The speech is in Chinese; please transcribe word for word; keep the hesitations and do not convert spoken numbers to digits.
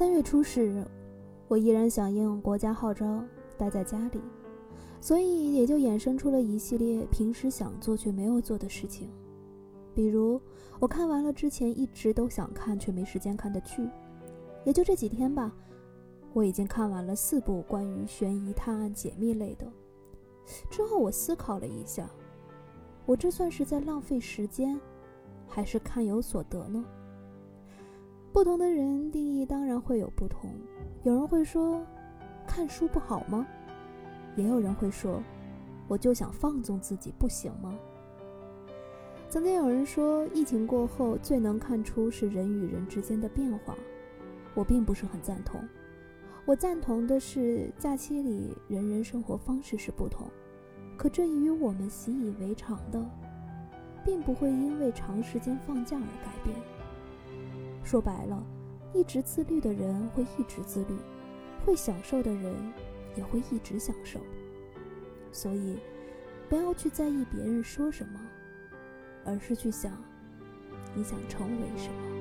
三月初时，我依然响应国家号召待在家里，所以也就衍生出了一系列平时想做却没有做的事情。比如我看完了之前一直都想看却没时间看的剧，也就这几天吧，我已经看完了四部关于悬疑探案解密类的。之后我思考了一下，我这算是在浪费时间，还是看有所得呢？不同的人定义当然会有不同，有人会说看书不好吗？也有人会说我就想放纵自己，不行吗？曾经有人说疫情过后最能看出是人与人之间的变化，我并不是很赞同。我赞同的是假期里人人生活方式是不同，可这与我们习以为常的并不会因为长时间放假而改变。说白了，一直自律的人会一直自律，会享受的人也会一直享受。所以不要去在意别人说什么，而是去想你想成为什么。